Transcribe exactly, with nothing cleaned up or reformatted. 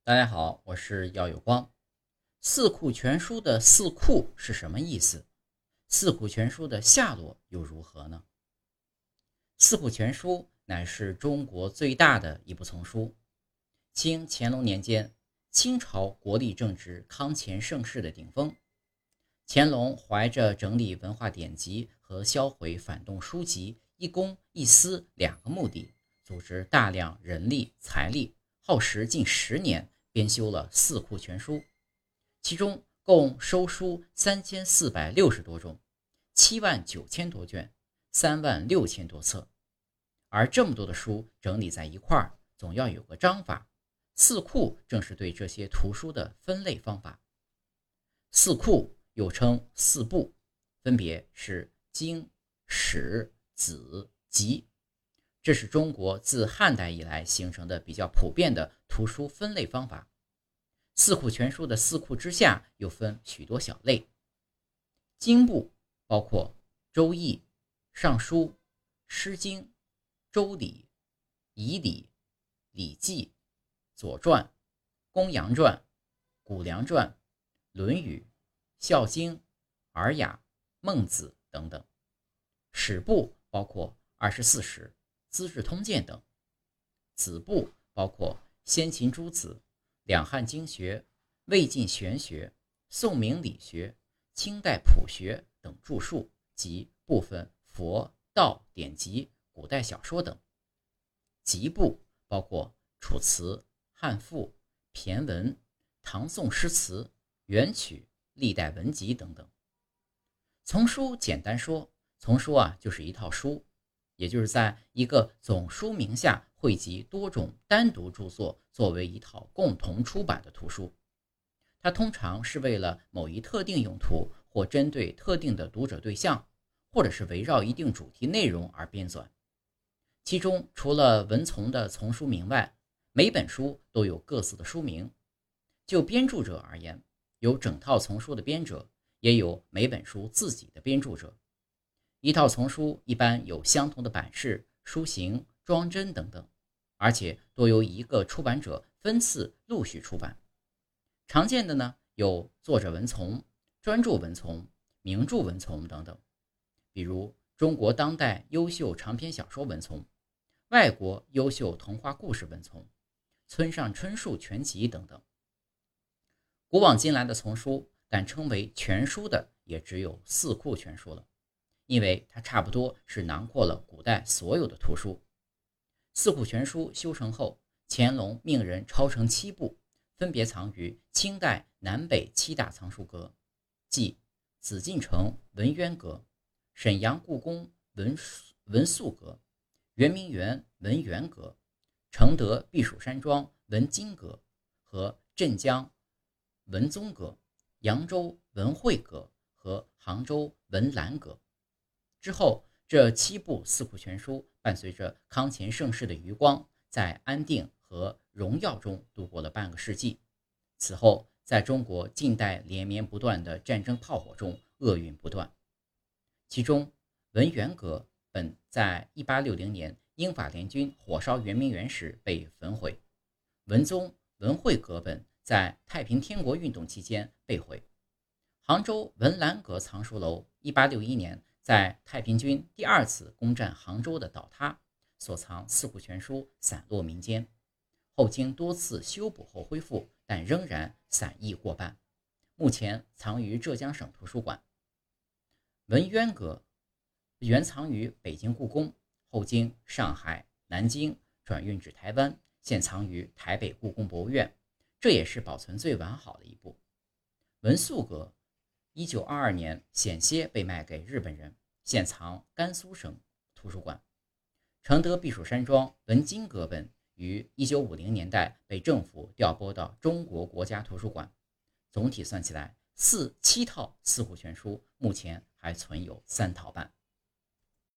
大家好，我是耀有光。四库全书的四库是什么意思？四库全书的下落又如何呢？四库全书乃是中国最大的一部丛书。清乾隆年间，清朝国力正值康乾盛世的顶峰。乾隆怀着整理文化典籍和销毁反动书籍一公一私两个目的，组织大量人力财力，耗时近十年编修了四库全书，其中共收书三千四百六十多种，七万九千多卷，三万六千多册。而这么多的书整理在一块儿，总要有个章法。四库正是对这些图书的分类方法。四库又称四部，分别是经、史、子、集。这是中国自汉代以来形成的比较普遍的图书分类方法。四库全书的四库之下又分许多小类。经部包括周易、尚书、诗经、周礼、仪礼、礼记、左传、公羊传、谷梁传、论语、孝经、尔雅、孟子等等。史部包括二十四史、资治通鉴等。子部包括先秦诸子、两汉经学、魏晋玄学、宋明理学、清代朴学等著述及部分佛道典籍、古代小说等。集部包括楚辞、汉赋、骈文、唐宋诗词、元曲、历代文集等等。丛书简单说，丛书啊就是一套书，也就是在一个总书名下汇集多种单独著作作为一套共同出版的图书。它通常是为了某一特定用途，或针对特定的读者对象，或者是围绕一定主题内容而编纂。其中除了文丛的丛书名外，每本书都有各自的书名。就编著者而言，有整套丛书的编者，也有每本书自己的编著者。一套丛书一般有相同的版式、书型、装帧等等，而且多由一个出版者分次陆续出版。常见的呢有作者文丛、专著文丛、名著文丛等等，比如中国当代优秀长篇小说文丛、外国优秀童话故事文丛、村上春树全集等等。古往今来的丛书敢称为全书的也只有四库全书了，因为它差不多是囊括了古代所有的图书。四库全书修成后，乾隆命人抄成七部，分别藏于清代南北七大藏书阁，即紫禁城文渊阁、沈阳故宫文文肃阁、圆明园文源阁、承德避暑山庄文津阁和镇江文宗阁、扬州文惠阁和杭州文澜阁。之后，这七部四库全书伴随着康乾盛世的余光，在安定和荣耀中度过了半个世纪。此后，在中国近代连绵不断的战争炮火中厄运不断。其中，文源阁本在一八六零年英法联军火烧圆明园时被焚毁，文宗文惠阁本在太平天国运动期间被毁。杭州文澜阁藏书楼一八六一年在太平军第二次攻占杭州的倒塌，所藏四库全书散落民间，后经多次修补后恢复，但仍然散佚过半，目前藏于浙江省图书馆。文渊阁原藏于北京故宫，后经上海、南京转运至台湾，现藏于台北故宫博物院，这也是保存最完好的一部。文肃阁一九二二年险些被卖给日本人，现藏甘肃省图书馆。承德避暑山庄文津阁本于一九五零年代被政府调拨到中国国家图书馆。总体算起来，四七套四库全书目前还存有三套半。